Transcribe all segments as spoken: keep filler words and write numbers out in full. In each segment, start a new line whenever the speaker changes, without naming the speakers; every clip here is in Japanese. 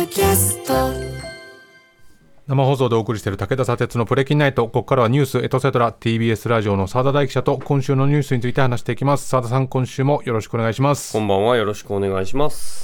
ドキャスト、
生放送でお送りしている武田砂鉄のプレキンナイト。ここからはニュースエトセトラ ティービーエス ラジオの澤田大記者と今週のニュースについて話していきます。澤田さん、今週もよろしくお願いします。
こんばんは、よろしくお願いします。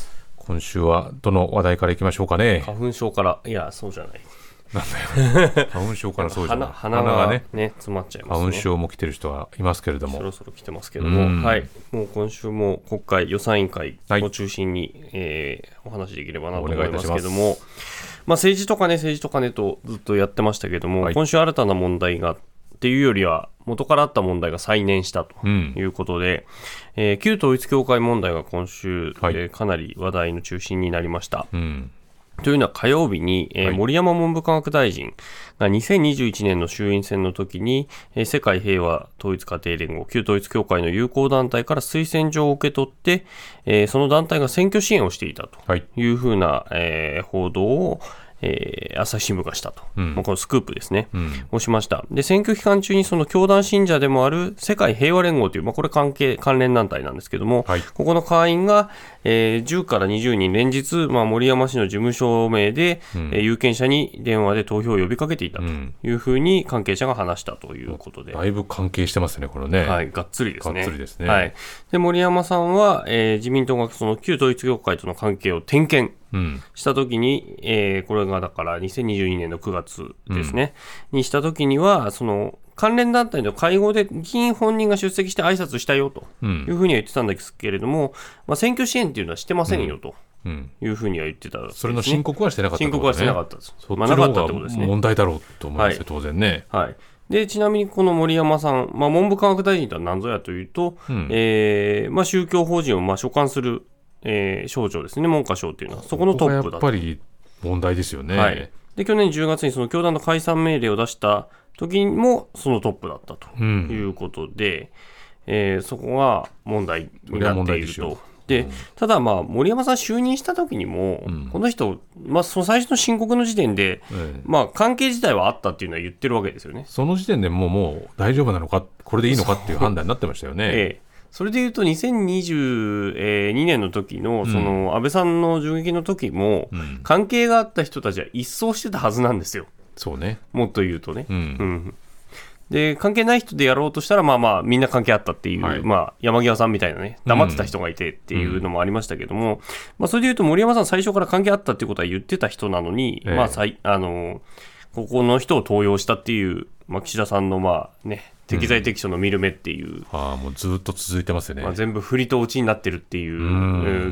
今週はどの話題からいきましょうかね。
花粉症から。いや、そうじゃない。
なんだよ花粉症からそうじゃない。
鼻, 鼻が ね, ね詰まっちゃいますね。
花粉症も来てる人はいますけれども、
そろそろ来てますけども、はい、もう今週も国会予算委員会を中心に、はい、えー、お話しできればなと思いますけども、まあ、政治とかね政治とかねとずっとやってましたけども、はい、今週新たな問題がっていうよりは元からあった問題が再燃したということで、うん、えー、旧統一教会問題が今週、はい、えー、かなり話題の中心になりました。うん、というのは火曜日に、えーはい、森山文部科学大臣がにせんにじゅういちねんの衆院選の時に、えー、世界平和統一家庭連合旧統一教会の友好団体から推薦状を受け取って、えー、その団体が選挙支援をしていたというふうな、はい、えー、報道をえー、朝日新聞がしたと、うん、まあ、このスクープですね、うん、をしました。で、選挙期間中にその教団信者でもある世界平和連合という、まあ、これ関係関連団体なんですけども、はい、ここの会員が、えー、じゅうからにじゅうにん連日、まあ、森山氏の事務所名で、うん、えー、有権者に電話で投票を呼びかけていたというふうに関係者が話したということで、
だいぶ関係してますね、これね。
はい、がっつりですね。
がっつりですね。
はい、で森山さんは、えー、自民党がその旧統一教会との関係を点検したときに、うん、えー、これがだからにせんにじゅうにねんのくがつですね、うん、にしたときにはその関連団体の会合で議員本人が出席して挨拶したよというふうには言ってたんですけれども、うん、まあ、選挙支援っていうのはしてませんよというふうには言ってた、ね、うん、
それの申告はしてなかった、ね、
申告はしてなかったです。
そっちの方が問題だろうと思いますよ、
はい、
当然ね。
はい。でちなみにこの森山さん、まあ、文部科学大臣とは何ぞやというと、うん、えーまあ、宗教法人をまあ所管するえー、省庁ですね、文科省というのはそこのトップだった。
ここがやっぱり問題ですよね。
はい、で去年じゅうがつにその教団の解散命令を出した時にもそのトップだったということで、うん、えー、そこが問題になっていると。で、うん、ただまあ森山さん就任した時にも、うん、この人、まあ、その最初の申告の時点で、うん、まあ、関係自体はあったっていうのは言ってるわけですよね。
その時点でもう、もう大丈夫なのか、これでいいのかっていう判断になってましたよね。
ええ、それでいうとにせんにじゅうにねんの時のその安倍さんの銃撃の時も関係があった人たちは一掃してたはずなんですよ。
そうね。
もっと言うとね、うん
うん、
で関係ない人でやろうとしたらまあまあみんな関係あったっていう、はい、まあ、山際さんみたいなね黙ってた人がいてっていうのもありましたけども、うん、まあ、それでいうと森山さん最初から関係あったっていうことは言ってた人なのに、ええ、まあ、あのここの人を登用したっていう、まあ、岸田さんのまあね適材適所の見る目っていう、うん、
あもうずっと続いてますよね。
まあ、全部振りと落ちになってるっていう、うん、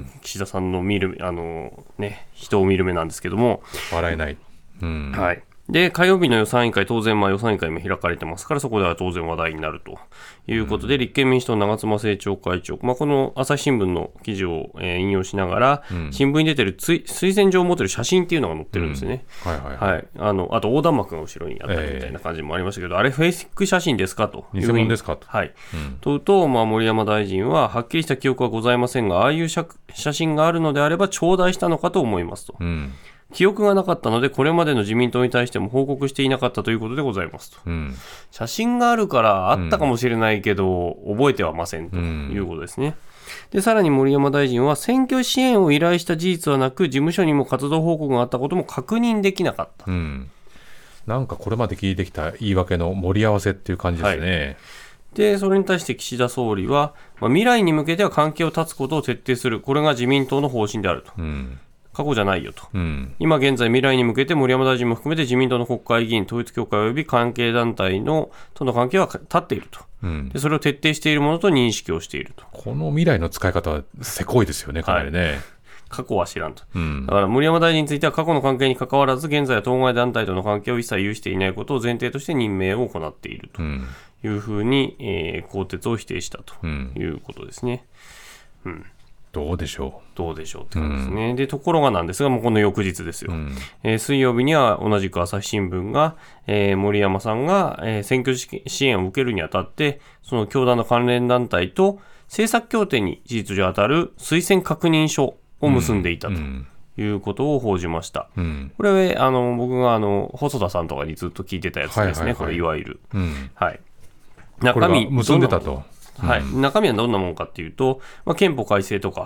岸田さんの見るあの、ね、人を見る目なんですけども
笑えない、うん、
はい。で火曜日の予算委員会、当然まあ予算委員会も開かれてますから、そこでは当然話題になるということで、うん、立憲民主党長妻政調会長、まあ、この朝日新聞の記事を、えー、引用しながら、うん、新聞に出てるつい推薦状を持ってる写真っていうのが載ってるんですね、うん、はいはいはい、あのあと横断幕が後ろにあったりみたいな感じもありましたけど、えー、あれフェイスブック写真ですかという
偽物ですかと、
はい、うん、とうとう、まあ、森山大臣ははっきりした記憶はございませんが、ああいう 写, 写真があるのであれば頂戴したのかと思いますと、うん、記憶がなかったのでこれまでの自民党に対しても報告していなかったということでございますと、うん、写真があるからあったかもしれないけど、うん、覚えてはませんということですね。でさらに森山大臣は選挙支援を依頼した事実はなく、事務所にも活動報告があったことも確認できなかった、うん、
なんかこれまで聞いてきた言い訳の盛り合わせっていう感じですね、はい。
でそれに対して岸田総理は、まあ、未来に向けては関係を断つことを徹底する、これが自民党の方針であると、うん、過去じゃないよと、うん、今現在未来に向けて森山大臣も含めて自民党の国会議員、統一教会及び関係団体のとの関係は断っていると、うん、でそれを徹底しているものと認識をしていると。
この未来の使い方はせこいですよね、かなりね、はい、
過去は知らんと、うん、だから森山大臣については過去の関係に関わらず現在は当該団体との関係を一切有していないことを前提として任命を行っているというふうに、えー、更迭を否定したということですね、うんうん、
どうでしょう
どうでしょうって感じですね、うん、でところがなんですが、もうこの翌日ですよ、うん、えー、水曜日には同じく朝日新聞が、えー、森山さんが、えー、選挙支援を受けるにあたってその教団の関連団体と政策協定に事実上当たる推薦確認書を結んでいたということを報じました、うん、これあの僕があの細田さんとかにずっと聞いてたやつですね、はいはいはい、これいわゆる、うん、はい、
中身結んでたと、
はい、うん、中身はどんなものかっていうと、まあ、憲法改正とか、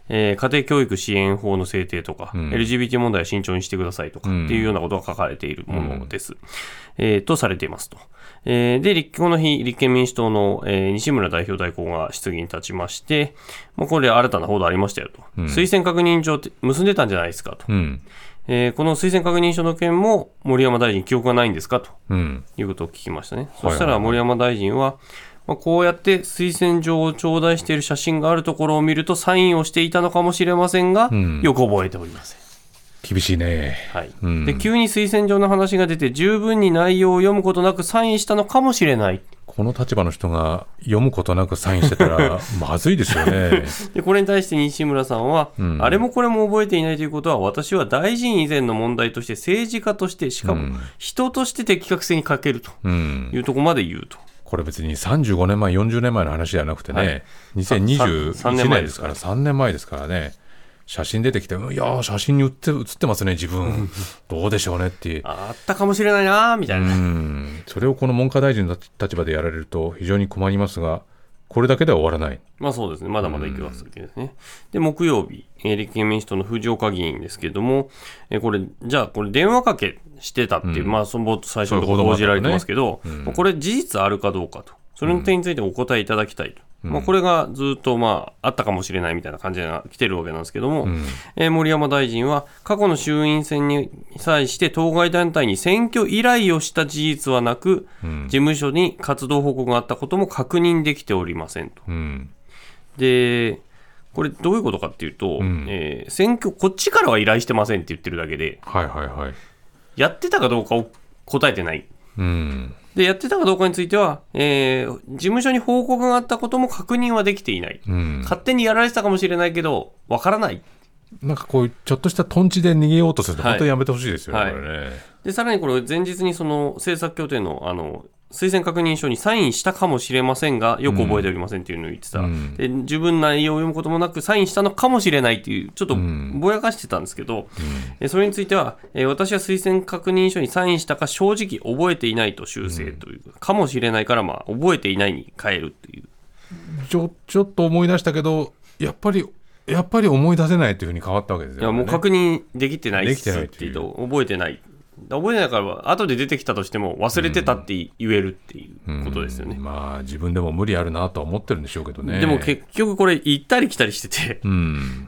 えー、家庭教育支援法の制定とか、うん、エルジービーティー 問題は慎重にしてくださいとか、うん、っていうようなことが書かれているものです。うん、えー、とされていますと。えー、で、この日、立憲民主党の、えー、西村代表代行が質疑に立ちまして、まあ、これ新たな報道ありましたよと。うん、推薦確認書って結んでたんじゃないですかと。うん、えー、この推薦確認書の件も森山大臣記憶がないんですかと、うん、いうことを聞きましたね。そしたら森山大臣は、まあ、こうやって推薦状を頂戴している写真があるところを見るとサインをしていたのかもしれませんが、うん、よく覚えておりません。
厳しいね、
はいうん、で急に推薦状の話が出て十分に内容を読むことなくサインしたのかもしれない。
この立場の人が読むことなくサインしてたらまずいですよね。
でこれに対して西村さんは、うん、あれもこれも覚えていないということは私は大臣以前の問題として政治家としてしかも人として適格性に欠けるというところまで言うと、うん、
これ別にさんじゅうごねんまえよんじゅうねんまえの話じゃなくてね、はい、にせんにじゅういちねんですからさんねんまえですからね。写真出てきて、いやー写真に写って、写ってますね自分どうでしょうねって
あったかもしれないなみたいな。
うんそれをこの文科大臣の立場でやられると非常に困りますが、これだけでは終わらない。
まあそうですね、まだまだいきますけどね。で木曜日、えー、立憲民主党の藤岡議員ですけども、えー、これじゃあこれ電話かけしてたっていう、うん、まあその最初のところ報じられてますけど、ねうん、これ事実あるかどうかと、それの点についてお答えいただきたいと。うんまあ、これがずっとまああったかもしれないみたいな感じが来てるわけなんですけども、うんえー、森山大臣は過去の衆院選に際して当該団体に選挙依頼をした事実はなく、うん、事務所に活動報告があったことも確認できておりませんと、うん、でこれどういうことかっていうと、うんえー、選挙こっちからは依頼してませんって言ってるだけで、
はいはいはい、
やってたかどうかを答えてない、うんでやってたかどうかについては、えー、事務所に報告があったことも確認はできていない、うん、勝手にやられてたかもしれないけどわからない。
なんかこうちょっとしたトンチで逃げようとすると本当にやめてほしいですよね、
はい
これね。
でさらにこれ前日にその政策協定 の, あの推薦確認書にサインしたかもしれませんがよく覚えておりませんっていうのを言ってた、うん、で十分な内容を読むこともなくサインしたのかもしれないっていうちょっとぼやかしてたんですけど、うん、それについては、えー、私は推薦確認書にサインしたか正直覚えていないと修正という、うん、かもしれないからまあ覚えていないに変えるっていう
ちょ、ちょっと思い出したけどやっぱりやっぱり思い出せないというふうに変わったわけですよね。
いやもう確認できてないっすっていうと覚えてない覚えてないから後で出てきたとしても忘れてたって言えるっていうことですよね、
うんうん、まあ自分でも無理あるなとは思ってるんでしょうけどね。
でも結局これ行ったり来たりしてて、うん、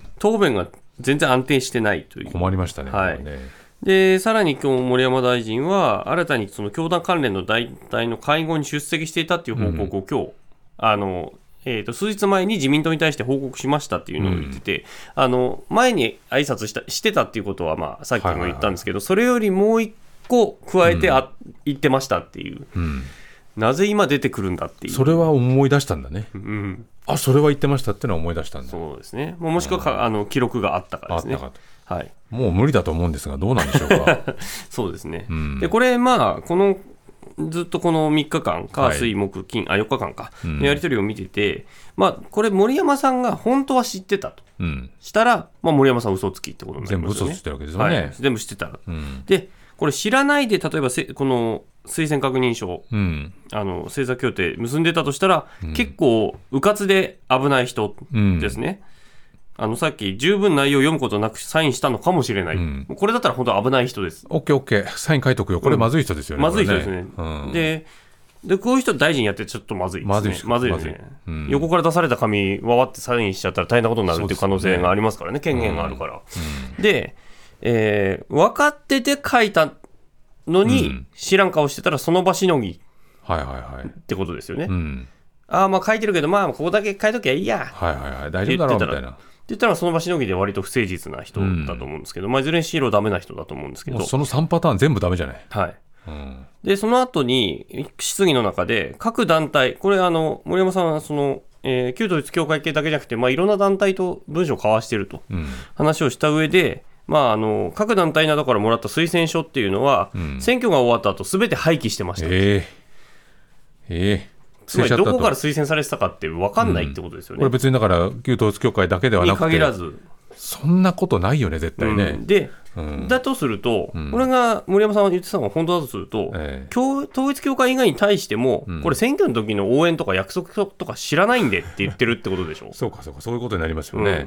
答弁が全然安定してないという
困りましたね、
はい、
ね。
でさらに今日森山大臣は新たにその教団関連の団体の会合に出席していたっていう報告を今日、うん、あのえー、と数日前に自民党に対して報告しましたっていうのを言ってて、うん、あの前に挨拶したしてたっていうことは、まあ、さっきも言ったんですけど、はいはいはい、それよりもう一個加えてあ、うん、言ってましたっていう、うん、なぜ今出てくるんだっていう
それは思い出したんだね、うん、あそれは言ってましたっていうのは思い出したんだ。
そうですね、も, もしくは、うん、あの記録があったからですね。あったか
はい、もう無理だと思うんですがどうなんでしょうか。
そうですね、うん、でこれまあこのずっとこのみっかかん火水木金、はい、あよっかかんか、うん、やり取りを見てて、まあ、これ森山さんが本当は知ってたと、うん、したら、まあ、森山さん嘘つきってことになりますよね。
全部嘘ついてるわけですよね、はい、
全部知ってたら、うん、でこれ知らないで例えばせこの推薦確認書、うん、あの政策協定結んでたとしたら、うん、結構うかつで危ない人ですね、うん、あのさっき十分内容を読むことなくサインしたのかもしれない、うん、これだったら本当危ない人です。
オーケーオーケー サイン書いとくよこれまずい人ですよね、
うん、まずい人ですね、うん、で, でこういう人大臣やってちょっとまずいですね。まずいですね、まずいですね、うん、横から出された紙わわってサインしちゃったら大変なことになるっていう可能性がありますからね、権限があるから、うん、で、えー、分かってて書いたのに、うん、知らん顔してたらその場しのぎってことですよね、はいはいはい、うん、ああまあ書いてるけどまあここだけ書いときゃいいや、
はいはいはい、大丈夫だろうみたいな
って言ったらその場しのぎで割と不誠実な人だと思うんですけど、うん、まあ、いずれにしろダメな人だと思うんですけど、
そのさんパターン全部ダメじゃない、
はい、うん、でその後に質疑の中で各団体これあの森山さんはその、えー、旧統一教会系だけじゃなくて、まあ、いろんな団体と文書を交わしていると、うん、話をした上でまあ、あの各団体などからもらった推薦書っていうのは、うん、選挙が終わった後すべて廃棄してました、えーえー、つまりどこから推薦されてたかって分かんないってことですよね、
うん、これ別にだから旧統一教会だけではなくて
に限らず
そんなことないよね絶対ね、
うん、で、うん、だとすると、うん、これが森山さんが言ってたのが本当だとすると、えー、統一教会以外に対しても、うん、これ選挙の時の応援とか約束とか知らないんでって言ってるってことでしょ。
そうかそうかそういうことになりますよね、
うん、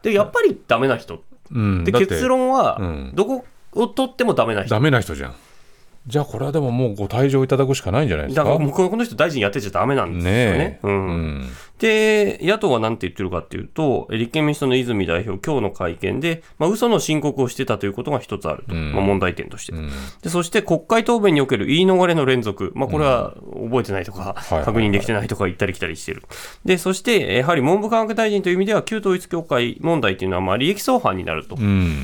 でやっぱりダメな人、うん、で結論は、うん、どこを取ってもダメな人
ダメな人じゃん。じゃあこれはでももうご退場いただくしかないんじゃないですか。
だからもうこの人大臣やってちゃダメなんですよね。ねうんうん、で野党は何て言ってるかっていうと、立憲民主党の泉代表、今日の会見で、まあ、嘘の申告をしてたということが一つあると、うんまあ、問題点として、うん、でそして国会答弁における言い逃れの連続、まあ、これは覚えてないとか、うん、確認できてないとか言ったり来たりしてる。でそしてやはり文部科学大臣という意味では旧統一教会問題というのはまあ利益相反になると、うん、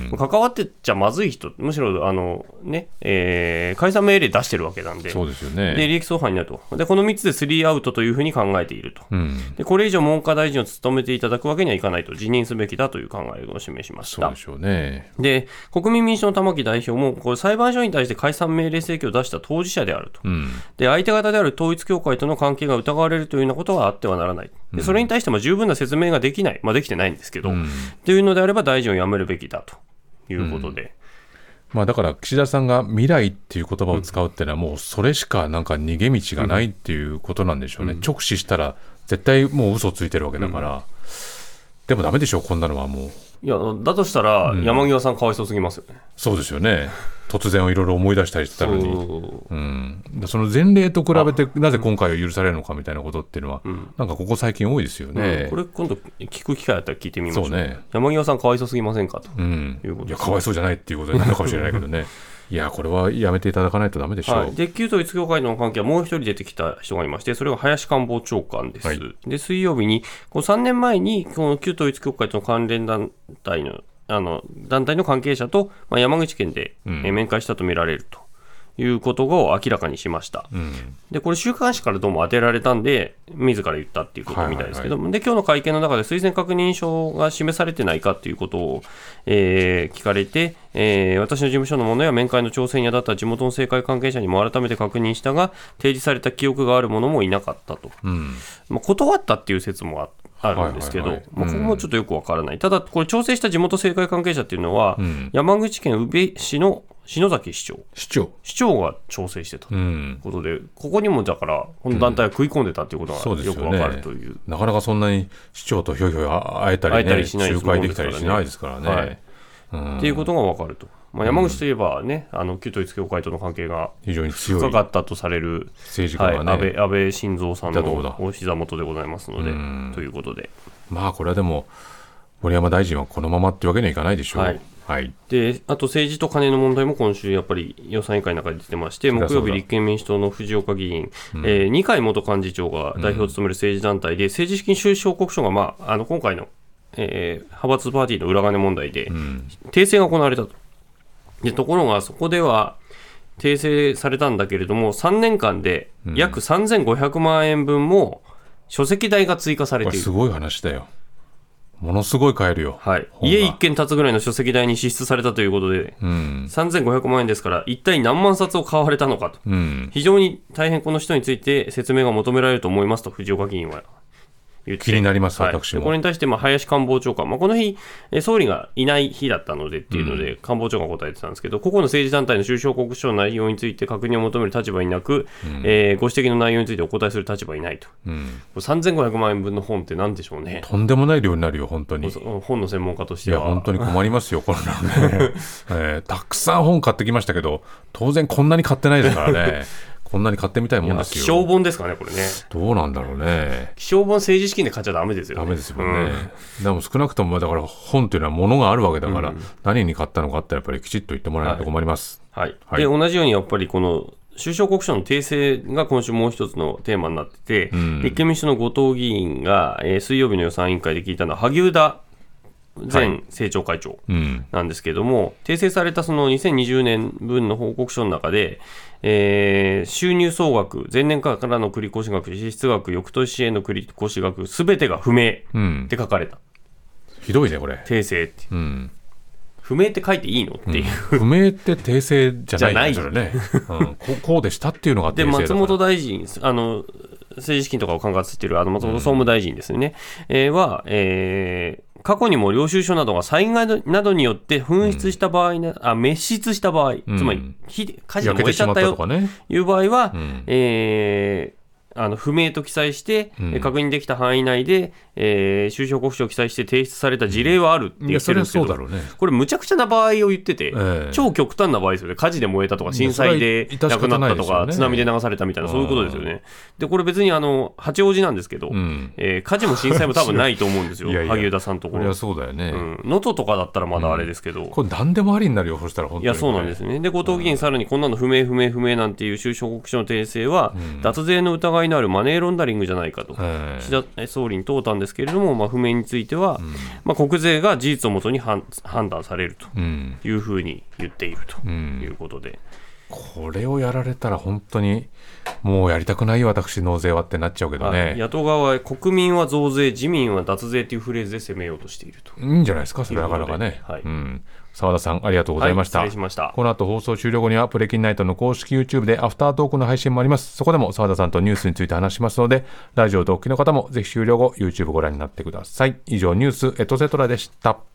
関わってちゃまずい人、むしろあの、ねえー、解散命令出してるわけなんで、
そうですよね。
で利益相反になると。でこのみっつでスリーアウトというふうに考えていると、うん、でこれ以上文科大臣を務めていただくわけにはいかないと、辞任すべきだという考えを示しました。
そうでしょうね。
で国民民主党の玉木代表もこれ裁判所に対して解散命令請求を出した当事者であると、うん、で相手方である統一教会との関係が疑われるというようなことはあってはならない。でそれに対しても十分な説明ができない、まあ、できてないんですけど、うん、というのであれば大臣を辞めるべきだということで、うん
まあ、だから岸田さんが未来っていう言葉を使うっていうのはもうそれしかなんか逃げ道がないっていうことなんでしょうね、うん、直視したら絶対もう嘘ついてるわけだから、うん、でもダメでしょこんなのはもう。
いやだとしたら山際さんかわいそうすぎますよね、うん、
そうですよね。突然いろいろ思い出したりしてたのに そ,、うん、その前例と比べてなぜ今回は許されるのかみたいなことっていうのは、うん、なんかここ最近多いですよね、
うん、これ今度聞く機会あったら聞いてみましょう。そうね、山際さんかわいそうすぎませんかと、うん、いうことです。
いやかわいそうじゃないっていうことになるかもしれないけどねいやこれはやめていただかないとダメでしょう、はい、
で旧統一教会の関係はもう一人出てきた人がいまして、それが林官房長官です、はい、で水曜日にこうさんねんまえにこの旧統一教会との関連団体のあの団体の関係者と、まあ、山口県で、うん、面会したとみられるということを明らかにしました、うん、でこれ週刊誌からどうも当てられたんで自ら言ったっていうことみたいですけど、はいはいはい、で今日の会見の中で推薦確認書が示されてないかということを、えー、聞かれて、えー、私の事務所のものや面会の調整に当たった地元の政界関係者にも改めて確認したが提示された記憶がある者もいなかったと、うんまあ、断ったっていう説もあってあるんですけど、はいはいはいまあ、ここもちょっとよくわからない、うん、ただこれ調整した地元政界関係者っていうのは、うん、山口県宇部市の篠崎市長
市長
市長が調整してたということで、うん、ここにもだからこの団体が食い込んでたということがよくわかるという、うん、
ね、なかなかそんなに市長とひょいひょい会えたりね、仲介できたりしないですからね、はいうん、って
いうことがわかると、まあ、山口といえばね、うん、あの旧統一教会との関係が
非常に強い
深かったとされる
政治家がね、
はい、安倍、安倍晋三さんのお膝元でございますので、ということで、
まあこれはでも森山大臣はこのままってわけにはいかないでしょう、
はいはい、であと政治と金の問題も今週やっぱり予算委員会の中で出てまして、木曜日立憲民主党の藤岡議員、うんえー、二階元幹事長が代表を務める政治団体で、うん、政治資金収支報告書が、まあ、あの今回の、えー、派閥パーティーの裏金問題で、うん、訂正が行われたと。でところがそこでは訂正されたんだけれどもさんねんかんで約さんぜんごひゃくまんえんぶんも書籍代が追加されている。
これすごい話だよ。ものすごい買えるよ、
はい、家一軒建つぐらいの書籍代に支出されたということで、うん、さんぜんごひゃくまんえんですから一体何万冊を買われたのかと、うん、非常に大変この人について説明が求められると思いますと藤岡議員は言って
気になります、
はい、
私も
これに対してまあ林官房長官、まあ、この日総理がいない日だったのでっていうので、うん、官房長官が答えてたんですけど、個々の政治団体の収支報告書の内容について確認を求める立場になく、うんえー、ご指摘の内容についてお答えする立場にないと、うん、さんぜんごひゃくまんえんぶんの本って何でしょうね。
とんでもない量になるよ本当に。
本の専門家としては。
いや本当に困りますよこれ、ねえー、たくさん本買ってきましたけど当然こんなに買ってないですからねこんなに買ってみたいもんですよ。
気象本ですかねこれね。
どうなんだろうね。
気象本政治資金で買っちゃダメですよね。
ダメですよね、うん、でも少なくともだから本というのは物があるわけだから、うん、何に買ったのかってやっぱりきちっと言ってもらえないと困ります、
はいはいはい、で同じようにやっぱりこの収支報告書の訂正が今週もう一つのテーマになってて、うん、立憲民主党の後藤議員が、えー、水曜日の予算委員会で聞いたのは萩生田前政調会長なんですけれども、はいうん、訂正されたそのにせんにじゅうねんぶんの報告書の中で、えー、収入総額、前年からの繰越額、支出額、翌年への繰越額、すべてが不明って書かれた、
うん、ひどいねこれ
訂正って、うん、不明って書いていいのっていう、
うん、不明って訂正じゃないんですよね、うん、こ, こうでしたっていうのが訂正だから。
で松本大臣あの政治資金とかを管轄しているあの松本総務大臣ですね、うんえー、は、えー過去にも領収書などが災害などによって紛失した場合、うん、あ滅失した場合、うん、つまり火火事で燃えちゃったよという場合は、うんえあの不明と記載して、
うん、
確認できた範囲内で、えー、収支報告書を記載して提出された事例はあるって言ってるんですけど、
いやそれはそうだろうね、こ
れむちゃくちゃな場合を言ってて、
えー、
超極端な場合ですよね。火事で燃えたとか震災で亡くなったとか、ね、津波で流されたみたいな、そういうことですよね。でこれ別にあの八王子なんですけど、うんえー、火事も震災も多分ないと思うんですよ
いやいや
萩生田さんのところ。
いやそうだよね。
能登、うん、とかだったらまだあれですけど、うん、
これ何でもありになるよ、そしたら本当に、ね、
いやそうなんですね。で後藤議員、さらにこんなの不明不明不明なんていう収支報告書の訂正は、うん、脱税の疑いのあるマネーロンダリングじゃないかと、岸田総理に問うたんですけれども、まあ、不明については、うんまあ、国税が事実をもとに判断されるというふうに言っているということで、
うん、これをやられたら本当にもうやりたくないよ私納税はってなっちゃうけどね。
野党側は国民は増税自民は脱税というフレーズで攻めようとしていると。
いいんじゃないですか、それなかなかね、はいうん、澤田さんありがとうございました、
はい、失礼しました。
この後放送終了後にはプレキンナイトの公式 YouTube でアフタートークの配信もあります。そこでも澤田さんとニュースについて話しますので、ラジオ同期の方もぜひ終了後 YouTube ご覧になってください。以上ニュースエトセトラでした。